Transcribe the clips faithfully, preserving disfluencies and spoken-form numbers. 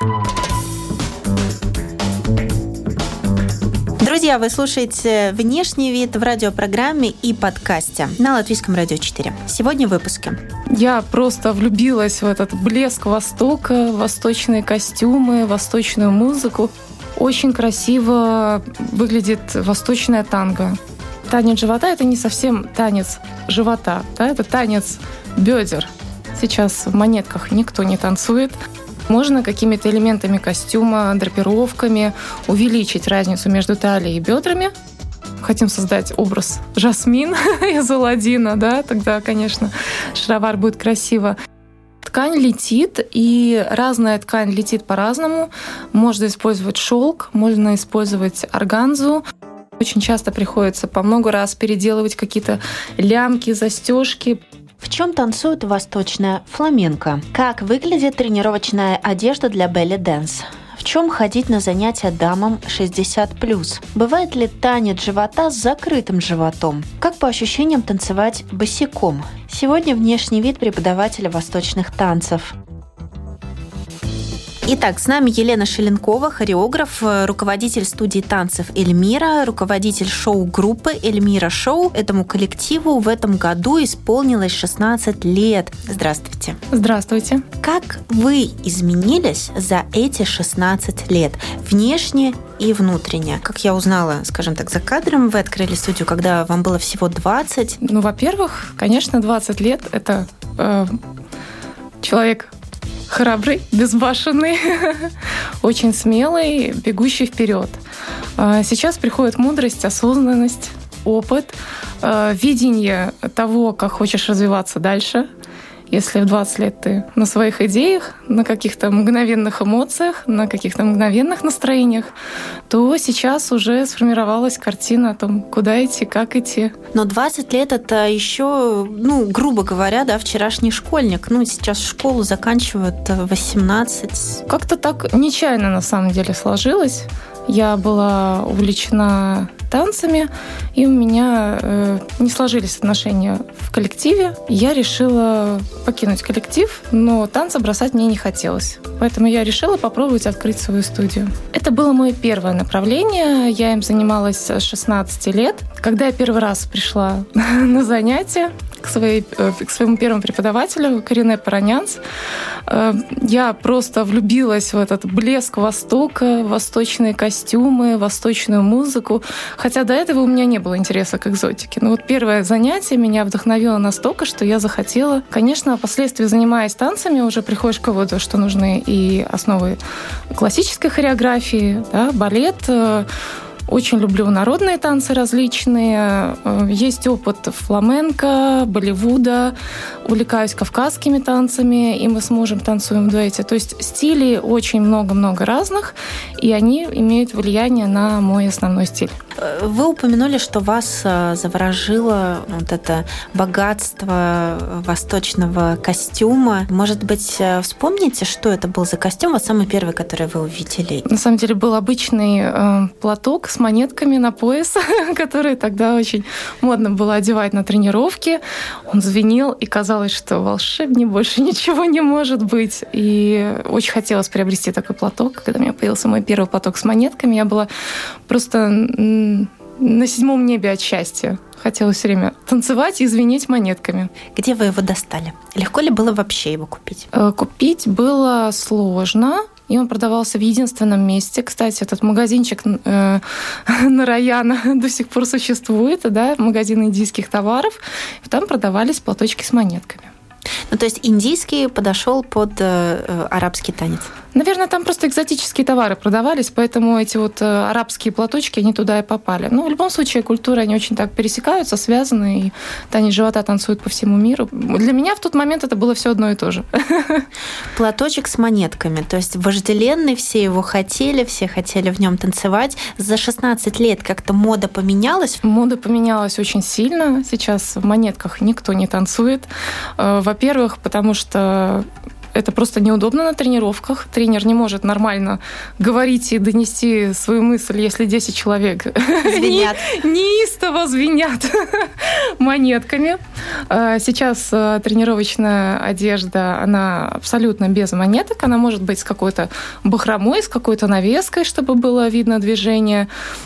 Друзья, вы слушаете «Внешний вид» в радиопрограмме и подкасте на Латвийском радио четыре. Сегодня в выпуске. Я просто влюбилась в этот блеск Востока, восточные костюмы, восточную музыку. Очень красиво выглядит восточная танго. Танец живота – это не совсем танец живота, да? Это танец бедер. Сейчас в монетках никто не танцует. Можно какими-то элементами костюма, драпировками увеличить разницу между талией и бедрами. Хотим создать образ Жасмин из Аладдина, да, тогда, конечно, шаровар будет красиво. Ткань летит, и разная ткань летит по-разному. Можно использовать шелк, можно использовать органзу. Очень часто приходится по много раз переделывать какие-то лямки, застежки. В чем танцует восточная фламенко? Как выглядит тренировочная одежда для белли-дэнс? В чем ходить на занятия дамам шестьдесят плюс? Бывает ли танец живота с закрытым животом? Как по ощущениям танцевать босиком? Сегодня внешний вид преподавателя восточных танцев. Итак, с нами Елена Шеленкова, хореограф, руководитель студии танцев «Эльмира», руководитель шоу-группы «Эльмира Шоу». Этому коллективу в этом году исполнилось шестнадцать лет. Здравствуйте. Здравствуйте. Как вы изменились за эти шестнадцать лет? Внешне и внутренне. Как я узнала, скажем так, за кадром, вы открыли студию, когда вам было всего двадцать. Ну, во-первых, конечно, двадцать лет – это э, человек храбрый, безбашенный, очень смелый, бегущий вперед. Сейчас приходит мудрость, осознанность, опыт, видение того, как хочешь развиваться дальше. Если в двадцать лет ты на своих идеях, на каких-то мгновенных эмоциях, на каких-то мгновенных настроениях, то сейчас уже сформировалась картина о том, куда идти, как идти. Но двадцать лет — это еще, ну, грубо говоря, да, вчерашний школьник. Ну, сейчас школу заканчивают восемнадцать. Как-то так нечаянно на самом деле сложилось. Я была увлечена танцами, и у меня э, не сложились отношения в коллективе. Я решила покинуть коллектив, но танцы бросать мне не хотелось. Поэтому я решила попробовать открыть свою студию. Это было мое первое направление. Я им занималась с шестнадцати лет. Когда я первый раз пришла на занятия к, своей, к своему первому преподавателю, Карине Паранянц, я просто влюбилась в этот блеск Востока, восточные костюмы, восточную музыку. Хотя до этого у меня не было интереса к экзотике. Но вот первое занятие меня вдохновило настолько, что я захотела. Конечно, впоследствии, занимаясь танцами, уже приходишь к выводу, что нужны и основы классической хореографии, да, балет. Очень люблю народные танцы различные. Есть опыт фламенко, Болливуда. Увлекаюсь кавказскими танцами, и мы с мужем танцуем в дуэте. То есть стилей очень много-много разных, и они имеют влияние на мой основной стиль. Вы упомянули, что вас заворожило вот это богатство восточного костюма. Может быть, вспомните, что это был за костюм, вот самый первый, который вы увидели? На самом деле был обычный э, платок с монетками на пояс, который тогда очень модно было одевать на тренировки. Он звенел, и казалось, что волшебнее больше ничего не может быть. И очень хотелось приобрести такой платок. Когда у меня появился мой первый платок с монетками, я была просто на седьмом небе от счастья. Хотела все время танцевать и звенеть монетками. Где вы его достали? Легко ли было вообще его купить? Купить было сложно. И он продавался в единственном месте. Кстати, этот магазинчик э, на Раяна до сих пор существует, да, магазин индийских товаров. Там продавались платочки с монетками. Ну, то есть индийский подошел под э, арабский танец? Наверное, там просто экзотические товары продавались, поэтому эти вот арабские платочки, они туда и попали. Но в любом случае культуры, они очень так пересекаются, связаны, и танец живота танцуют по всему миру. Для меня в тот момент это было все одно и то же. Платочек с монетками, то есть вожделенный, все его хотели, все хотели в нем танцевать. За шестнадцать лет как-то мода поменялась? Мода поменялась очень сильно. Сейчас в монетках никто не танцует. Во-первых, потому что это просто неудобно на тренировках. Тренер не может нормально говорить и донести свою мысль, если десять человек звенят. неистово звенят монетками. Сейчас тренировочная одежда, она абсолютно без монеток. Она может быть с какой-то бахромой, с какой-то навеской, чтобы было видно движение.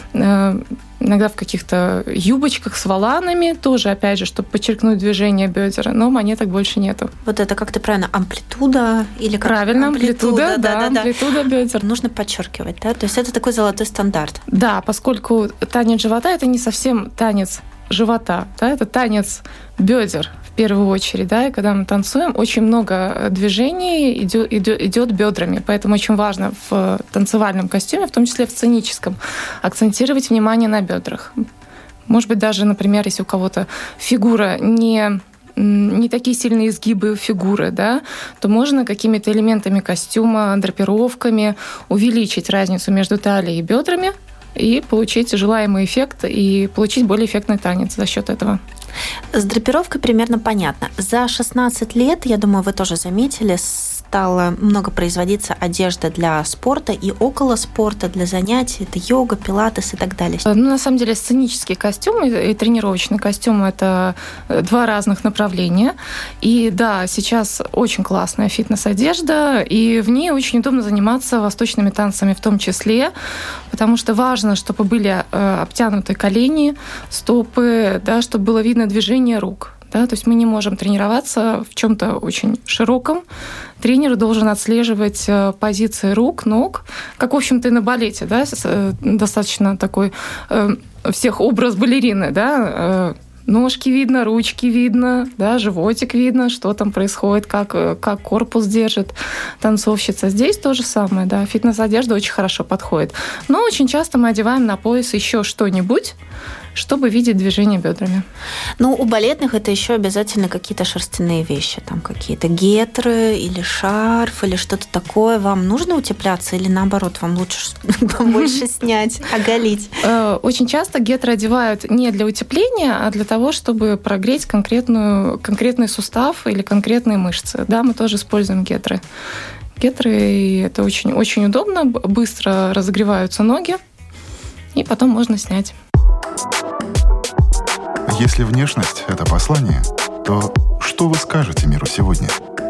Иногда в каких-то юбочках с воланами, тоже, опять же, чтобы подчеркнуть движение бедер, но монеток больше нету. Вот это как-то правильно, амплитуда или как? Правильно, амплитуда, амплитуда да, да, да, амплитуда бедер. Нужно подчеркивать, да? То есть это такой золотой стандарт. Да, поскольку танец живота – это не совсем танец живота, да, это танец бедер в первую очередь, да, и когда мы танцуем, очень много движений идет, идет, идет бедрами, поэтому очень важно в танцевальном костюме, в том числе в сценическом, акцентировать внимание на бедрах. Может быть, даже, например, если у кого-то фигура не не такие сильные изгибы фигуры, да, то можно какими-то элементами костюма, драпировками увеличить разницу между талией и бедрами и получить желаемый эффект и получить более эффектный танец за счет этого. С драпировкой примерно понятно. За шестнадцать лет, я думаю, вы тоже заметили, стало много производиться одежда для спорта и около спорта, для занятий. Это йога, пилатес и так далее. Ну, на самом деле, сценический костюм и тренировочный костюм – это два разных направления. И да, сейчас очень классная фитнес-одежда, и в ней очень удобно заниматься восточными танцами в том числе, потому что важно, чтобы были обтянуты колени, стопы, да, чтобы было видно движение рук. Да, то есть мы не можем тренироваться в чем-то очень широком. Тренер должен отслеживать позиции рук, ног, как, в общем-то, и на балете, да, достаточно такой всех образ балерины, да, ножки видно, ручки видно, да, животик видно, что там происходит, как, как корпус держит танцовщица. Здесь то же самое, да, фитнес-одежда очень хорошо подходит. Но очень часто мы одеваем на пояс еще что-нибудь, чтобы видеть движение бедрами. Ну, у балетных это еще обязательно какие-то шерстяные вещи, там какие-то гетры или шарф, или что-то такое. Вам нужно утепляться или наоборот, вам лучше побольше снять, оголить? Очень часто гетры одевают не для утепления, а для того, чтобы прогреть конкретную, конкретный сустав или конкретные мышцы. Да, мы тоже используем гетры. Гетры, это очень, очень удобно, быстро разогреваются ноги, и потом можно снять. Если внешность – это послание, то что вы скажете миру сегодня?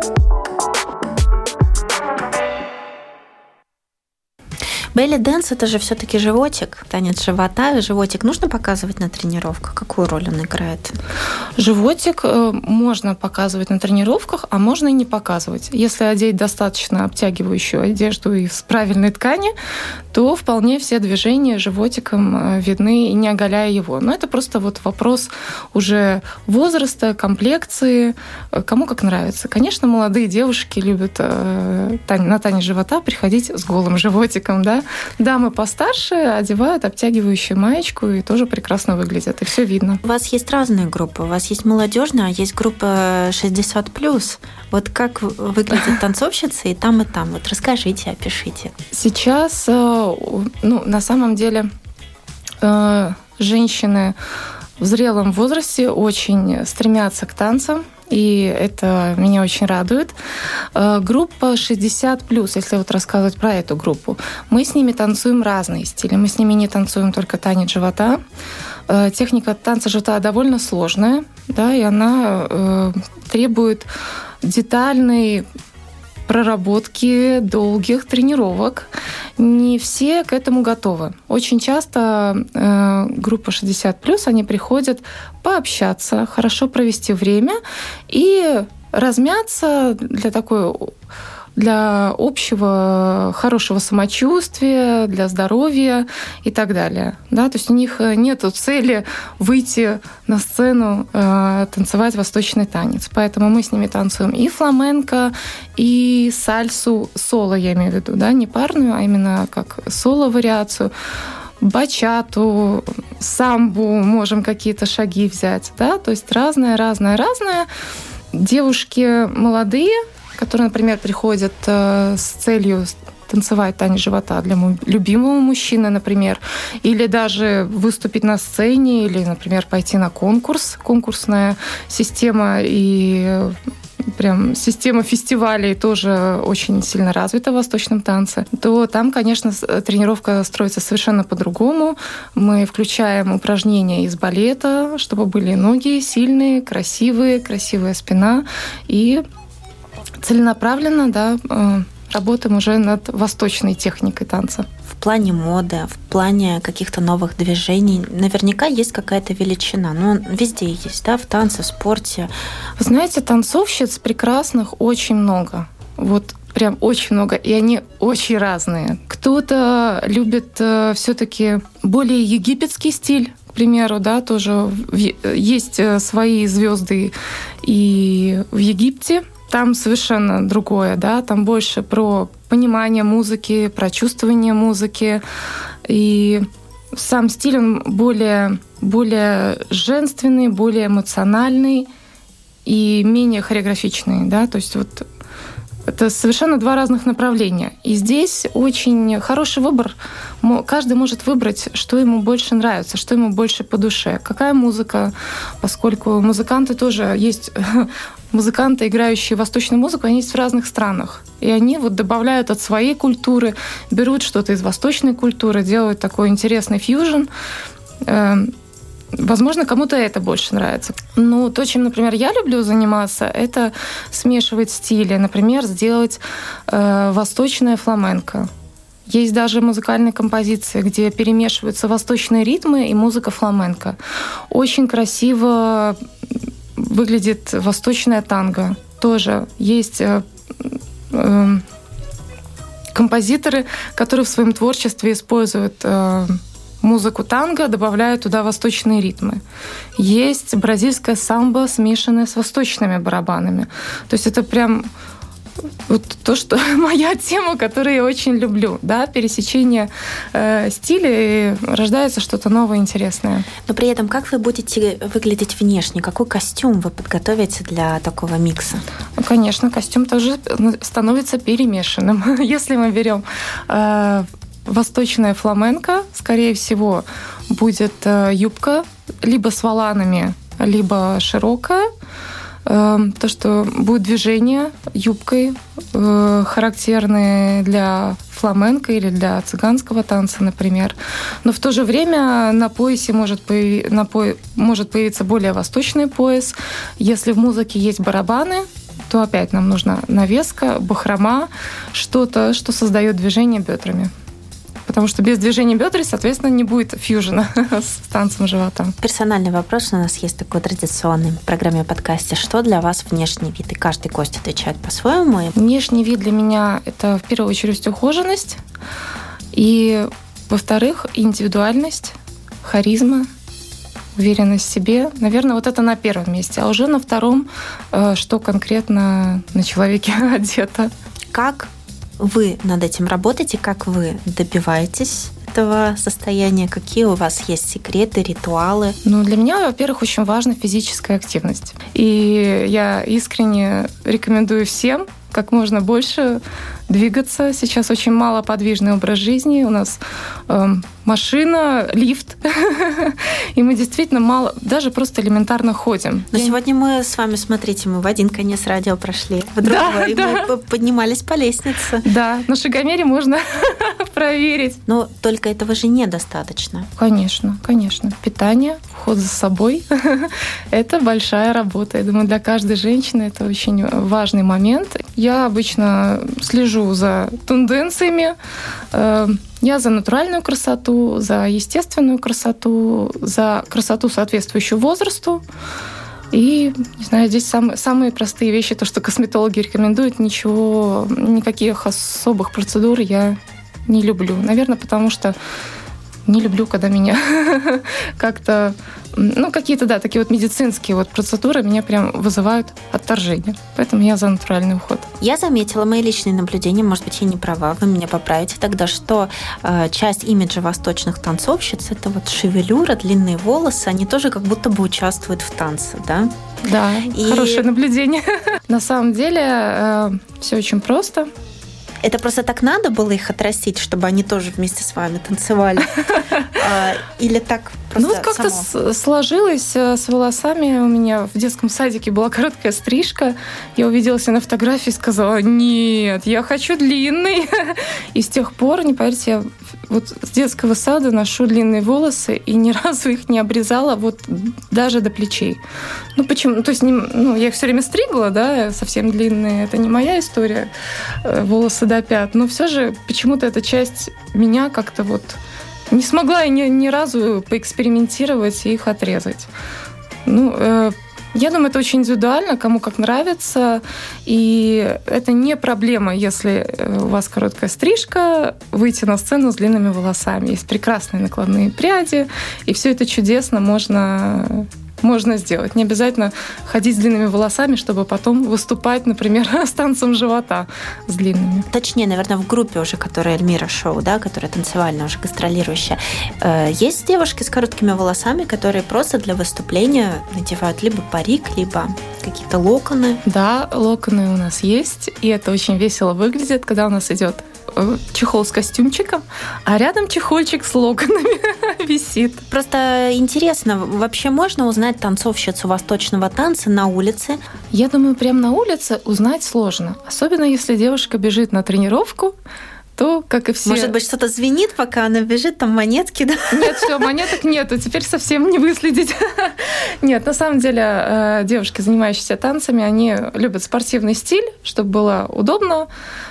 Белли дэнс – это же все-таки животик, танец живота. Животик нужно показывать на тренировках? Какую роль он играет? Животик можно показывать на тренировках, а можно и не показывать. Если одеть достаточно обтягивающую одежду из правильной ткани, то вполне все движения животиком видны, не оголяя его. Но это просто вот вопрос уже возраста, комплекции, кому как нравится. Конечно, молодые девушки любят на танец живота приходить с голым животиком, да. Дамы постарше одевают обтягивающую маечку и тоже прекрасно выглядят, и все видно. У вас есть разные группы. У вас есть молодежная, а есть группа шестьдесят плюс. Вот как выглядят танцовщицы и там, и там? Вот расскажите, опишите. Сейчас, ну, на самом деле, женщины в зрелом возрасте очень стремятся к танцам, и это меня очень радует. Группа шестьдесят плюс, если вот рассказывать про эту группу, мы с ними танцуем разные стили. Мы с ними не танцуем только танец живота. Техника танца живота довольно сложная, да, и она э, требует детальной проработки, долгих тренировок. Не все к этому готовы. Очень часто э, группа шестьдесят плюс, они приходят пообщаться, хорошо провести время и размяться для такой... для общего хорошего самочувствия, для здоровья и так далее. Да? То есть у них нет цели выйти на сцену, э, танцевать восточный танец. Поэтому мы с ними танцуем и фламенко, и сальсу, соло я имею в виду, да? Не парную, а именно как соло-вариацию, бачату, самбу, можем какие-то шаги взять. Да? То есть разное, разное, разное. Девушки молодые, которые, например, приходят э, с целью танцевать танец живота для любимого мужчины, например, или даже выступить на сцене, или, например, пойти на конкурс, конкурсная система, и прям система фестивалей тоже очень сильно развита в восточном танце, то там, конечно, тренировка строится совершенно по-другому. Мы включаем упражнения из балета, чтобы были ноги сильные, красивые, красивая спина, и целенаправленно, да, работаем уже над восточной техникой танца. В плане моды, в плане каких-то новых движений наверняка есть какая-то величина. Ну, везде есть, да, в танце, в спорте. Вы знаете, танцовщиц прекрасных очень много. Вот прям очень много, и они очень разные. Кто-то любит э, все-таки более египетский стиль, к примеру, да, тоже есть свои звезды и в Египте. Там совершенно другое, да, там больше про понимание музыки, про чувствование музыки. И сам стиль, он более, более женственный, более эмоциональный и менее хореографичный, да, то есть вот это совершенно два разных направления. И здесь очень хороший выбор. Каждый может выбрать, что ему больше нравится, что ему больше по душе. Какая музыка, поскольку музыканты тоже есть... Музыканты, играющие восточную музыку, они есть в разных странах. И они вот добавляют от своей культуры, берут что-то из восточной культуры, делают такой интересный фьюжн. Возможно, кому-то это больше нравится. Но то, чем, например, я люблю заниматься, это смешивать стили. Например, сделать э, восточное фламенко. Есть даже музыкальные композиции, где перемешиваются восточные ритмы и музыка фламенко. Очень красиво выглядит восточная танго. Тоже есть э, э, композиторы, которые в своем творчестве используют э, музыку танго, добавляют туда восточные ритмы. Есть бразильская самбо, смешанная с восточными барабанами. То есть это прям вот то, что моя тема, которую я очень люблю, да, пересечение э, стилей, и рождается что-то новое, интересное. Но при этом как вы будете выглядеть внешне? Какой костюм вы подготовите для такого микса? Ну, конечно, костюм тоже становится перемешанным. Если мы берем э, восточное фламенко, скорее всего, будет э, юбка либо с воланами, либо широкая. То, что будет движение юбкой, характерные для фламенко или для цыганского танца, например. Но в то же время на поясе может, появи... на по... может появиться более восточный пояс. Если в музыке есть барабаны, то опять нам нужна навеска, бахрома, что-то, что создает движение бедрами. Потому что без движения бедер, соответственно, не будет фьюжена с танцем живота. Персональный вопрос у нас есть такой традиционный в программе подкасте. Что для вас внешний вид? И каждый гость отвечает по-своему. Внешний вид для меня – это, в первую очередь, ухоженность. И, во-вторых, индивидуальность, харизма, уверенность в себе. Наверное, вот это на первом месте. А уже на втором, что конкретно на человеке одето. Как вы над этим работаете, как вы добиваетесь этого состояния, какие у вас есть секреты, ритуалы? Ну, для меня, во-первых, очень важна физическая активность. И я искренне рекомендую всем как можно больше двигаться. Сейчас очень малоподвижный образ жизни. У нас э, машина, лифт. И мы действительно мало, даже просто элементарно ходим. Но Я... сегодня мы с вами, смотрите, мы в один конец радио прошли, в другой, да, и да. мы поднимались по лестнице. Да, на шагомере можно проверить. Но только этого же недостаточно. Конечно, конечно. Питание, уход за собой – это большая работа. Я думаю, для каждой женщины это очень важный момент. Я обычно слежу за тенденциями. Я за натуральную красоту, за естественную красоту, за красоту, соответствующую возрасту. И, не знаю, здесь самые, самые простые вещи, то, что косметологи рекомендуют, ничего, никаких особых процедур я не люблю. Наверное, потому что не люблю, когда меня как-то... Ну, какие-то, да, такие вот медицинские вот процедуры меня прям вызывают отторжение. Поэтому я за натуральный уход. Я заметила мои личные наблюдения, может быть, я не права, вы меня поправите тогда, что э, часть имиджа восточных танцовщиц – это вот шевелюра, длинные волосы, они тоже как будто бы участвуют в танце, да? Да, и... хорошее наблюдение. На самом деле э, все очень просто. Это просто так надо было их отрастить, чтобы они тоже вместе с вами танцевали? Или так просто Ну, как-то само? сложилось с волосами. У меня в детском садике была короткая стрижка. Я увидела себя на фотографии и сказала: нет, я хочу длинный. И с тех пор, не поверите, я вот с детского сада ношу длинные волосы и ни разу их не обрезала, вот даже до плечей. Ну, почему? То есть, ну, я их все время стригла, да, совсем длинные. Это не моя история, волосы до пят. Но все же почему-то эта часть меня как-то вот не смогла я ни, ни разу поэкспериментировать и их отрезать. Ну, э, я думаю, это очень индивидуально, кому как нравится. И это не проблема, если у вас короткая стрижка, выйти на сцену с длинными волосами. Есть прекрасные накладные пряди, и все это чудесно можно... можно сделать. Не обязательно ходить с длинными волосами, чтобы потом выступать, например, с танцем живота с длинными. Точнее, наверное, в группе уже, которая Эльмира Шоу, да, которая танцевальная, уже гастролирующая. Есть девушки с короткими волосами, которые просто для выступления надевают либо парик, либо какие-то локоны. Да, локоны у нас есть, и это очень весело выглядит, когда у нас идет чехол с костюмчиком, а рядом чехольчик с локонами висит. Просто интересно, вообще можно узнать танцовщицу восточного танца на улице? Я думаю, прямо на улице узнать сложно. Особенно если девушка бежит на тренировку, то, как и все... Может быть, что-то звенит, пока она бежит, там монетки, да? Нет, все, монеток нету, теперь совсем не выследить. Нет, на самом деле девушки, занимающиеся танцами, они любят спортивный стиль, чтобы было удобно,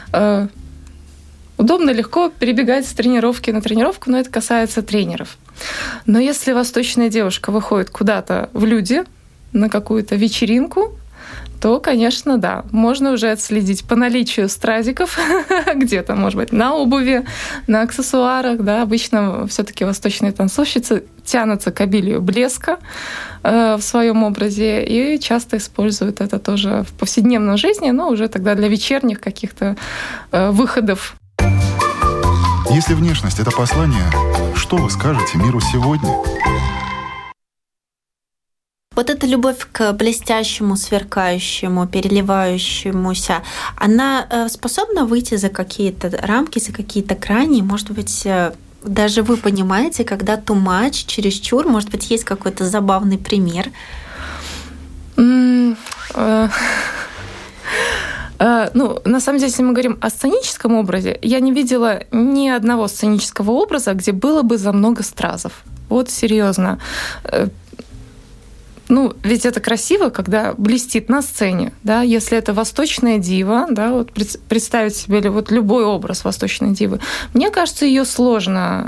Удобно, легко перебегать с тренировки на тренировку, но это касается тренеров. Но если восточная девушка выходит куда-то в люди, на какую-то вечеринку, то, конечно, да, можно уже отследить по наличию стразиков где-то, может быть, на обуви, на аксессуарах. Да. Обычно все-таки восточные танцовщицы тянутся к обилию блеска э, в своем образе и часто используют это тоже в повседневной жизни, но уже тогда для вечерних каких-то э, выходов. Если внешность — это послание, что вы скажете миру сегодня? Вот эта любовь к блестящему, сверкающему, переливающемуся, она способна выйти за какие-то рамки, за какие-то грани? Может быть, даже вы понимаете, когда too much, чересчур, может быть, есть какой-то забавный пример? Mm, uh... Ну, на самом деле, если мы говорим о сценическом образе, я не видела ни одного сценического образа, где было бы за много стразов. Вот серьезно. Ну, ведь это красиво, когда блестит на сцене, да, если это восточная дива, да, вот представить себе вот любой образ восточной дивы. Мне кажется, ее сложно,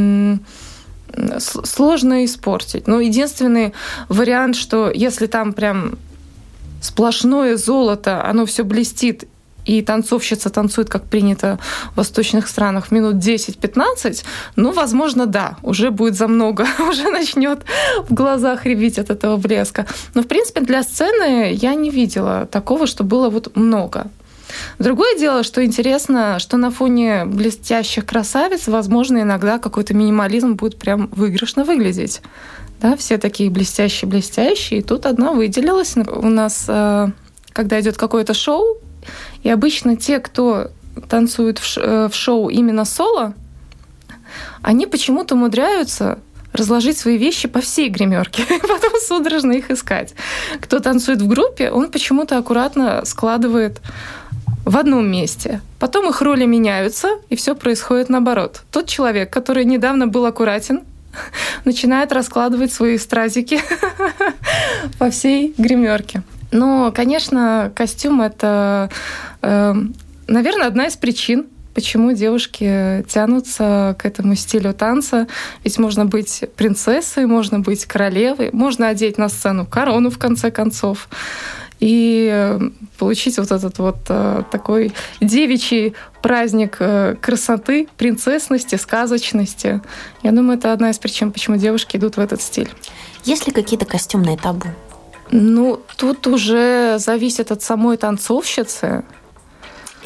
сложно испортить. Но единственный вариант, что если там прям сплошное золото, оно все блестит, и танцовщица танцует, как принято в восточных странах, минут десять-пятнадцать, ну, возможно, да, уже будет за много, уже начнет в глазах рябить от этого блеска. Но, в принципе, для сцены я не видела такого, что было вот много. Другое дело, что интересно, что на фоне блестящих красавиц, возможно, иногда какой-то минимализм будет прям выигрышно выглядеть. Да, все такие блестящие-блестящие. И тут одна выделилась. У нас, когда идет какое-то шоу, и обычно те, кто танцует в шоу именно соло, они почему-то умудряются разложить свои вещи по всей гримерке, и потом судорожно их искать. Кто танцует в группе, он почему-то аккуратно складывает в одном месте. Потом их роли меняются, и все происходит наоборот. Тот человек, который недавно был аккуратен, начинает раскладывать свои стразики по всей гримерке. Но, конечно, костюм — это, наверное, одна из причин, почему девушки тянутся к этому стилю танца. Ведь можно быть принцессой, можно быть королевой, можно одеть на сцену корону, в конце концов, и получить вот этот вот э, такой девичий праздник э, красоты, принцессности, сказочности. Я думаю, это одна из причин, почему девушки идут в этот стиль. Есть ли какие-то костюмные табу? Ну, тут уже зависит от самой танцовщицы.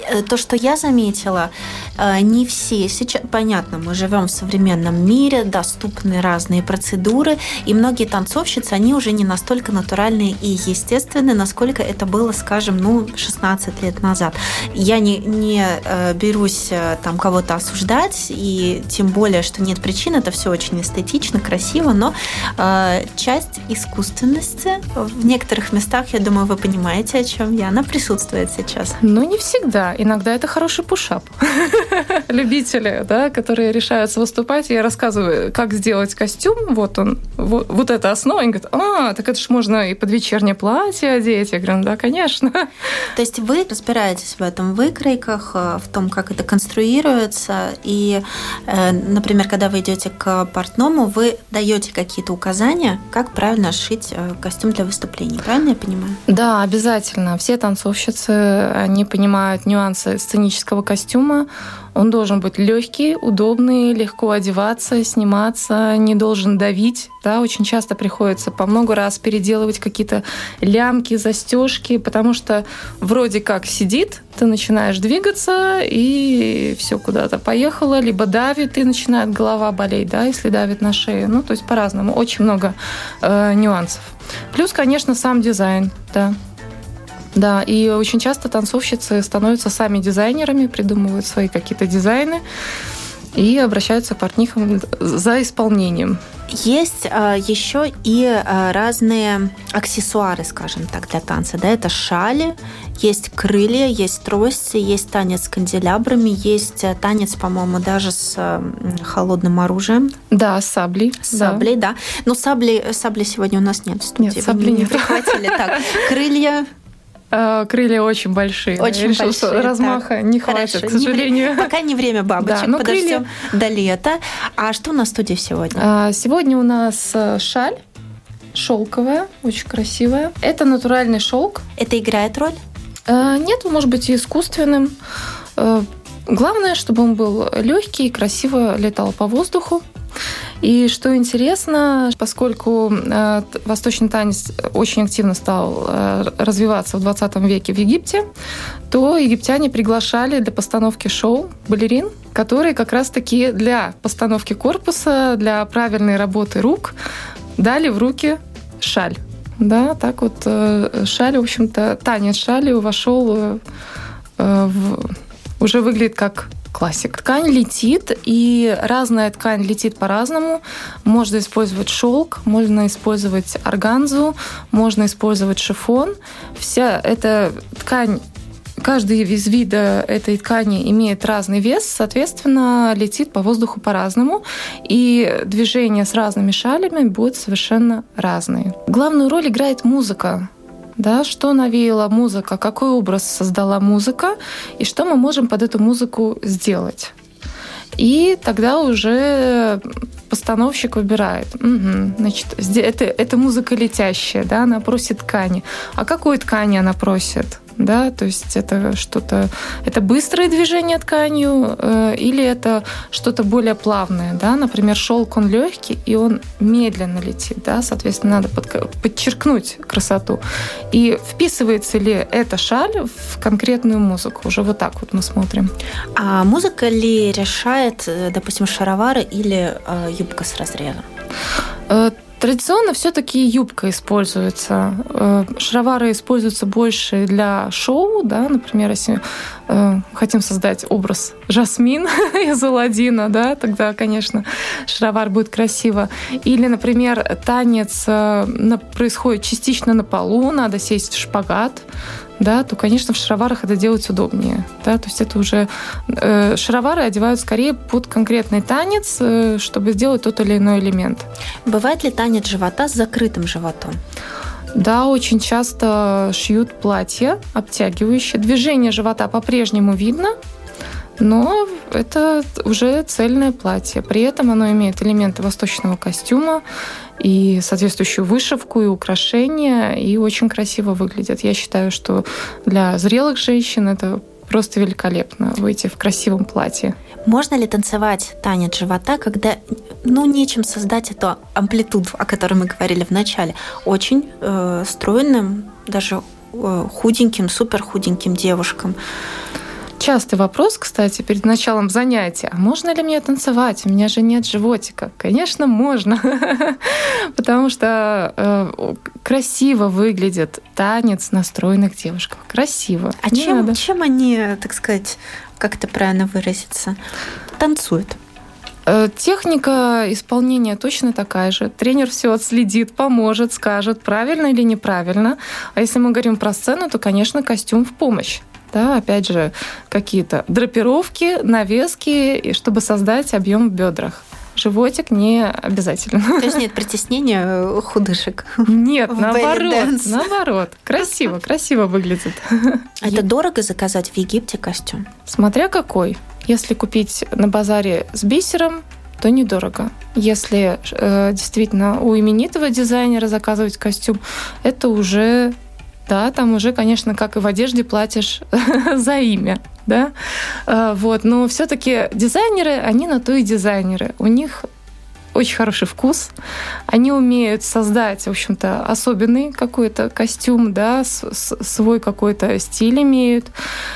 То, что я заметила, не все сейчас, понятно, мы живем в современном мире, доступны разные процедуры, и многие танцовщицы, они уже не настолько натуральные и естественные, насколько это было, скажем, ну, шестнадцать лет назад. Я не, не берусь там кого-то осуждать, и тем более, что нет причин, это все очень эстетично, красиво, но часть искусственности в некоторых местах, я думаю, вы понимаете, о чем я, она присутствует сейчас. Ну, не всегда. Иногда это хороший пушап. Любители, да, которые решаются выступать, я рассказываю, как сделать костюм, вот он, вот, вот эта основа, они говорят, а, так это ж можно и под вечернее платье одеть. Я говорю, ну да, конечно. То есть вы разбираетесь в этом выкройках, в том, как это конструируется, и, например, когда вы идете к портному, вы даете какие-то указания, как правильно сшить костюм для выступлений, правильно я понимаю? Да, обязательно. Все танцовщицы, они понимают нюансы сценического костюма. Он должен быть легкий, удобный, легко одеваться, сниматься, не должен давить. Да? Очень часто приходится по много раз переделывать какие-то лямки, застежки, потому что вроде как сидит, ты начинаешь двигаться, и все куда-то поехало, либо давит, и начинает голова болеть, да, если давит на шею. Ну, то есть по-разному. Очень много э, нюансов. Плюс, конечно, сам дизайн, да. Да, и очень часто танцовщицы становятся сами дизайнерами, придумывают свои какие-то дизайны и обращаются к портнихам за исполнением. Есть а, еще и а, разные аксессуары, скажем так, для танца. Да? Это шали, есть крылья, есть трости, есть танец с канделябрами, есть танец, по-моему, даже с а, холодным оружием. Да, с саблей. С саблей, да. да. Но сабли, сабли сегодня у нас нет в студии. Нет, сабли нет. Прихватили. Так, крылья... Крылья очень большие. Очень Я решила, большие. Что размаха так. не хватит, Хорошо. к сожалению. Не вре... Пока не время бабочек. Да, подождем крылья... до лета. А что у нас в студии сегодня? Сегодня у нас шаль шелковая, очень красивая. Это натуральный шелк. Это играет роль? Нет, он может быть и искусственным. Главное, чтобы он был легкий и красиво летал по воздуху. И что интересно, поскольку э, восточный танец очень активно стал э, развиваться в двадцатом веке в Египте, то египтяне приглашали для постановки шоу балерин, которые как раз-таки для постановки корпуса, для правильной работы рук дали в руки шаль. Да, так вот э, шаль, в общем-то, танец шалью вошел э, в... уже выглядит как классик. Ткань летит, и разная ткань летит по-разному. Можно использовать шелк, можно использовать органзу, можно использовать шифон. Вся эта ткань, каждый из вида этой ткани имеет разный вес, соответственно, летит по воздуху по-разному, и движения с разными шалями будут совершенно разные. Главную роль играет музыка. Да, что навеяла музыка, какой образ создала музыка, и что мы можем под эту музыку сделать. И тогда уже постановщик выбирает. Угу, значит, это, это музыка летящая, да, она просит ткани. А какой ткани она просит? Да, то есть это что-то, это быстрое движение тканью э, или это что-то более плавное, да, например, шелк он легкий и он медленно летит, да, соответственно, надо под, подчеркнуть красоту. И вписывается ли эта шаль в конкретную музыку? Уже вот так вот мы смотрим. А музыка ли решает, допустим, шаровары или э, юбка с разрезом? Э, Традиционно все-таки юбка используется. Шаровары используются больше для шоу, да, например, если э, хотим создать образ Жасмин из Аладдина, да, тогда, конечно, шаровар будет красиво. Или, например, танец э, происходит частично на полу, надо сесть в шпагат, да, то, конечно, в шароварах это делать удобнее. Да, то есть это уже э, шаровары одевают скорее под конкретный танец, э, чтобы сделать тот или иной элемент. Бывает ли танец живота с закрытым животом? Да, очень часто шьют платья обтягивающие. Движение живота по-прежнему видно, но это уже цельное платье. При этом оно имеет элементы восточного костюма и соответствующую вышивку и украшения, и очень красиво выглядит. Я считаю, что для зрелых женщин это просто великолепно выйти в красивом платье. Можно ли танцевать танец живота, когда, ну, нечем создать эту амплитуду, о которой мы говорили в начале, очень э, стройным, даже э, худеньким, супер худеньким девушкам? частый вопрос, кстати, перед началом занятия. А можно ли мне танцевать? У меня же нет животика. Конечно, можно. Потому что красиво выглядит танец на стройных девушках. Красиво. А чем, чем они, так сказать, как это правильно выразиться, танцуют? Техника исполнения точно такая же. Тренер все отследит, поможет, скажет, правильно или неправильно. А если мы говорим про сцену, то, конечно, костюм в помощь. Да, опять же, какие-то драпировки, навески, чтобы создать объем в бедрах. Животик не обязательно. То есть нет притеснения худышек? Нет, наоборот, наоборот. Красиво, красиво выглядит. Это дорого заказать в Египте костюм? Смотря какой. Если купить на базаре с бисером, то недорого. Если э, действительно у именитого дизайнера заказывать костюм, это уже, да, там уже, конечно, как и в одежде платишь за имя, да, э, вот. Но все-таки дизайнеры, они на то и дизайнеры. У них очень хороший вкус. Они умеют создать, в общем-то, особенный какой-то костюм, да, свой какой-то стиль имеют.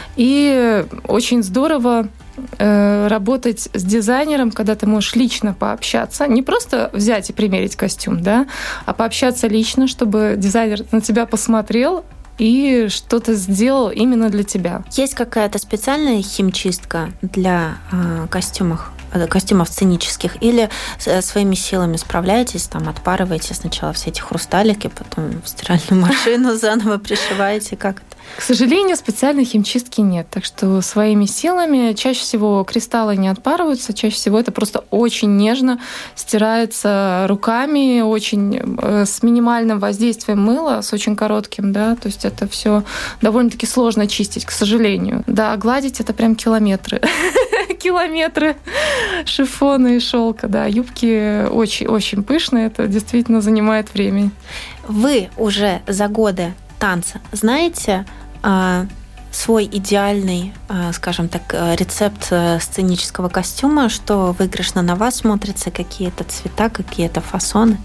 И очень здорово работать с дизайнером, когда ты можешь лично пообщаться, не просто взять и примерить костюм, да, а пообщаться лично, чтобы дизайнер на тебя посмотрел и что-то сделал именно для тебя. Есть какая-то специальная химчистка для э, костюмов, костюмов сценических, или своими силами справляетесь, там отпарываете сначала все эти хрусталики, потом в стиральную машину заново пришиваете, как это? К сожалению, специальной химчистки нет, так что своими силами чаще всего кристаллы не отпарываются, чаще всего это просто очень нежно стирается руками, очень с минимальным воздействием мыла, с очень коротким, да, то есть это все довольно-таки сложно чистить, к сожалению. Да, гладить это прям километры. Километры шифона и шелка, да, юбки очень-очень пышные, это действительно занимает время. Вы уже за годы танца знаете э, свой идеальный, э, скажем так, рецепт сценического костюма, что выигрышно на вас смотрится, какие-то цвета, какие-то фасоны?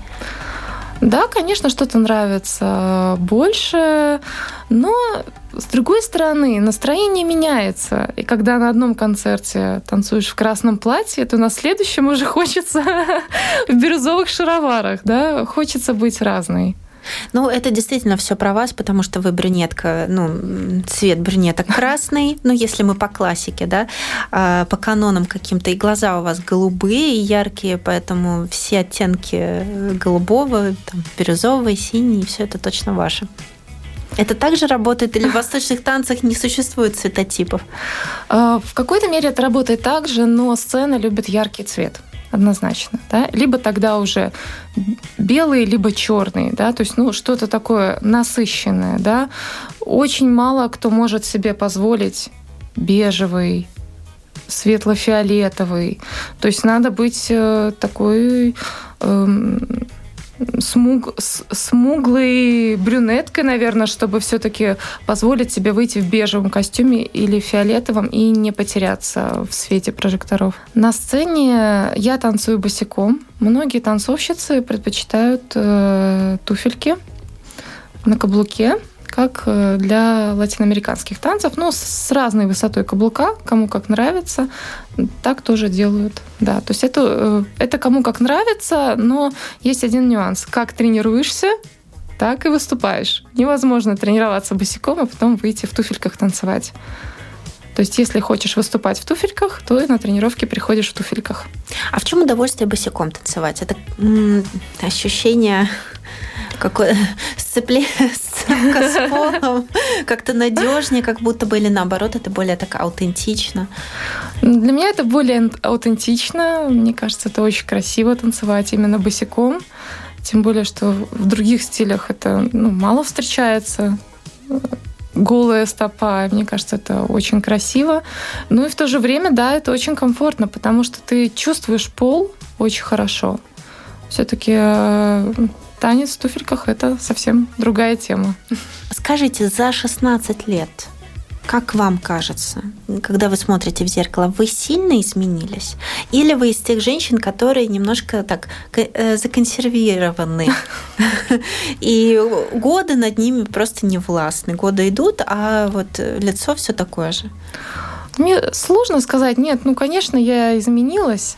Да, конечно, что-то нравится больше, но, с другой стороны, настроение меняется. И когда на одном концерте танцуешь в красном платье, то на следующем уже хочется в бирюзовых шароварах, да, хочется быть разной. Ну, это действительно все про вас, потому что вы брюнетка, ну, цвет брюнеток красный, ну, если мы по классике, да, по канонам каким-то, и глаза у вас голубые и яркие, поэтому все оттенки голубого, там, бирюзового, синий, все это точно ваше. Это также работает, или в восточных танцах не существует цветотипов? В какой-то мере это работает так же, но сцена любит яркий цвет. Однозначно, да, либо тогда уже белый, либо черный, да, то есть, ну, что-то такое насыщенное, да. Очень мало кто может себе позволить бежевый, светло-фиолетовый, то есть надо быть такой эм, смуг, смуглой брюнеткой, наверное, чтобы все-таки позволить себе выйти в бежевом костюме или фиолетовом и не потеряться в свете прожекторов. На сцене я танцую босиком. Многие танцовщицы предпочитают э, туфельки на каблуке, как для латиноамериканских танцев, но с разной высотой каблука, кому как нравится, так тоже делают. Да, то есть это, это кому как нравится, но есть один нюанс. Как тренируешься, так и выступаешь. Невозможно тренироваться босиком, а потом выйти в туфельках танцевать. То есть если хочешь выступать в туфельках, то и на тренировке приходишь в туфельках. А в чем удовольствие босиком танцевать? Это м- ощущение какое сцепление с полом, как-то надежнее, как будто бы, или наоборот, это более так аутентично? Для меня это более аутентично. Мне кажется, это очень красиво танцевать именно босиком. Тем более, что в других стилях это, ну, мало встречается. Голая стопа, мне кажется, это очень красиво. Ну и в то же время, да, это очень комфортно, потому что ты чувствуешь пол очень хорошо. Все-таки танец в туфельках – это совсем другая тема. Скажите, за шестнадцать лет, как вам кажется, когда вы смотрите в зеркало, вы сильно изменились? Или вы из тех женщин, которые немножко так законсервированы? И годы над ними просто не властны. Годы идут, а вот лицо все такое же. Мне сложно сказать. Нет, ну, конечно, я изменилась.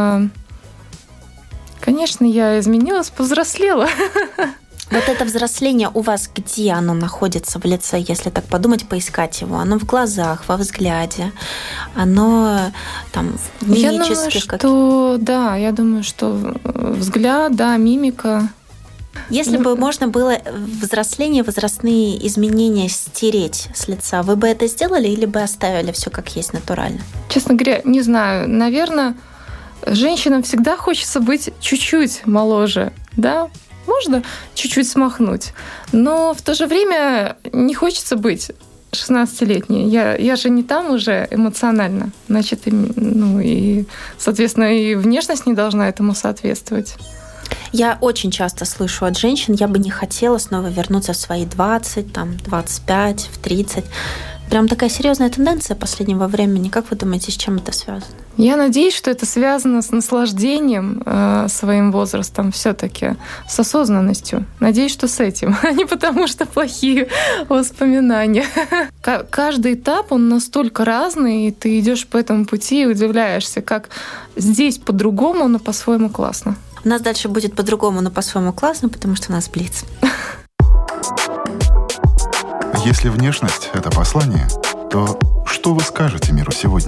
Конечно, я изменилась, повзрослела. Вот это взросление у вас, где оно находится в лице, если так подумать, поискать его? Оно в глазах, во взгляде, оно там в мимических... Я думаю, что да, я думаю, что взгляд, да, мимика. Если бы можно было взросление, возрастные изменения стереть с лица, вы бы это сделали или бы оставили все как есть, натурально? Честно говоря, не знаю. Наверное, женщинам всегда хочется быть чуть-чуть моложе, да? Можно чуть-чуть смахнуть, но в то же время не хочется быть шестнадцатилетней. Я, я же не там уже эмоционально. Значит, и, ну и, соответственно, и внешность не должна этому соответствовать. Я очень часто слышу от женщин, я бы не хотела снова вернуться в свои двадцать, там, двадцать пять, в тридцать. Прям такая серьезная тенденция последнего времени. Как вы думаете, с чем это связано? Я надеюсь, что это связано с наслаждением э, своим возрастом все-таки, с осознанностью. Надеюсь, что с этим, а не потому что плохие воспоминания. К- каждый этап, он настолько разный, и ты идешь по этому пути и удивляешься, как здесь по-другому, но по-своему классно. У нас дальше будет по-другому, но по-своему классно, потому что у нас блиц. Если внешность — это послание, то что вы скажете миру сегодня?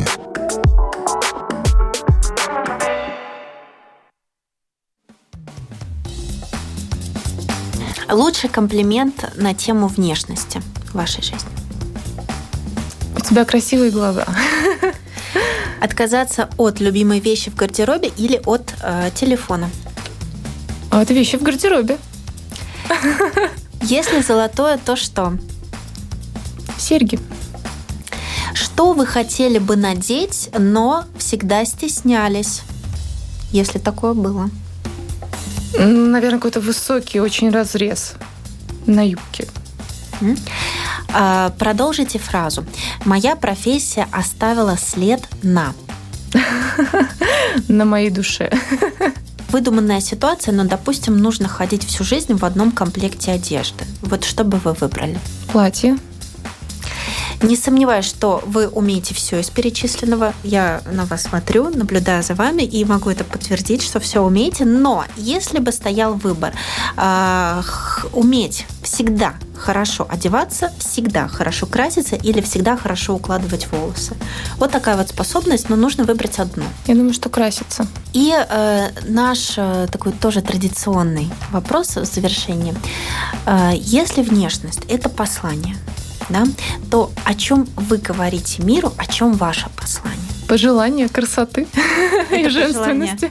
Лучший комплимент на тему внешности в вашей жизни? У тебя красивые глаза. Отказаться от любимой вещи в гардеробе или от э, телефона? А это вещи в гардеробе. Если золотое, то что? Серьги. Что вы хотели бы надеть, но всегда стеснялись, если такое было? Наверное, какой-то высокий очень разрез на юбке. А, продолжите фразу. Моя профессия оставила след на... На моей душе. Выдуманная ситуация, но, допустим, нужно ходить всю жизнь в одном комплекте одежды. Вот что бы вы выбрали? Платье. Не сомневаюсь, что вы умеете все из перечисленного. Я на вас смотрю, наблюдаю за вами и могу это подтвердить, что все умеете. Но если бы стоял выбор э, уметь всегда хорошо одеваться, всегда хорошо краситься или всегда хорошо укладывать волосы. Вот такая вот способность, но нужно выбрать одну. Я думаю, что краситься. И э, наш э, такой тоже традиционный вопрос в завершении. Э, если внешность – это послание, да, то о чем вы говорите миру, о чем ваше послание? Пожелание красоты и женственности.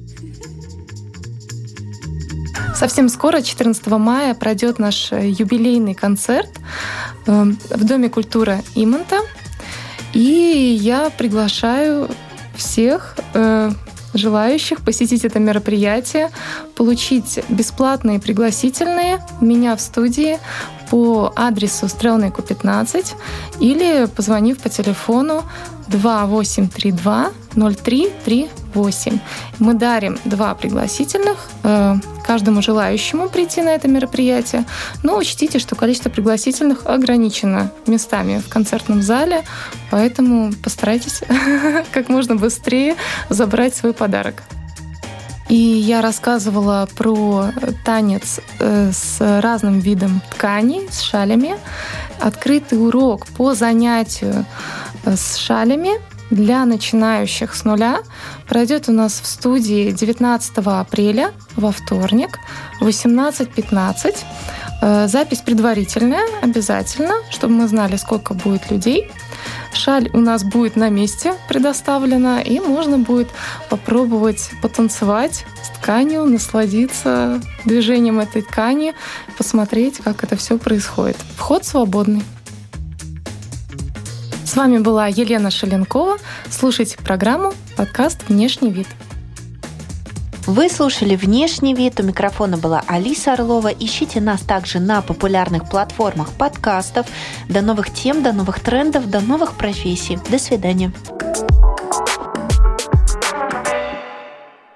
Совсем скоро, четырнадцатого мая, пройдет наш юбилейный концерт в Доме культуры Иманта. И я приглашаю всех желающих посетить это мероприятие, получить бесплатные пригласительные у меня в студии по адресу Стрелнику пятнадцать или позвонив по телефону два восемь три два ноль три три восемь. Мы дарим два пригласительных э, каждому желающему прийти на это мероприятие. Но учтите, что количество пригласительных ограничено местами в концертном зале, поэтому постарайтесь как можно быстрее забрать свой подарок. И я рассказывала про танец с разным видом тканей, с шалями. Открытый урок по занятию с шалями для начинающих с нуля пройдет у нас в студии девятнадцатого апреля во вторник в восемнадцать пятнадцать. Запись предварительная, обязательно, чтобы мы знали, сколько будет людей. Шаль у нас будет на месте предоставлена, и можно будет попробовать потанцевать с тканью, насладиться движением этой ткани, посмотреть, как это все происходит. Вход свободный. С вами была Елена Шаленкова. Слушайте программу «Подкаст «Внешний вид». Вы слушали «Внешний вид». У микрофона была Алиса Орлова. Ищите нас также на популярных платформах подкастов. До новых тем, до новых трендов, до новых профессий. До свидания.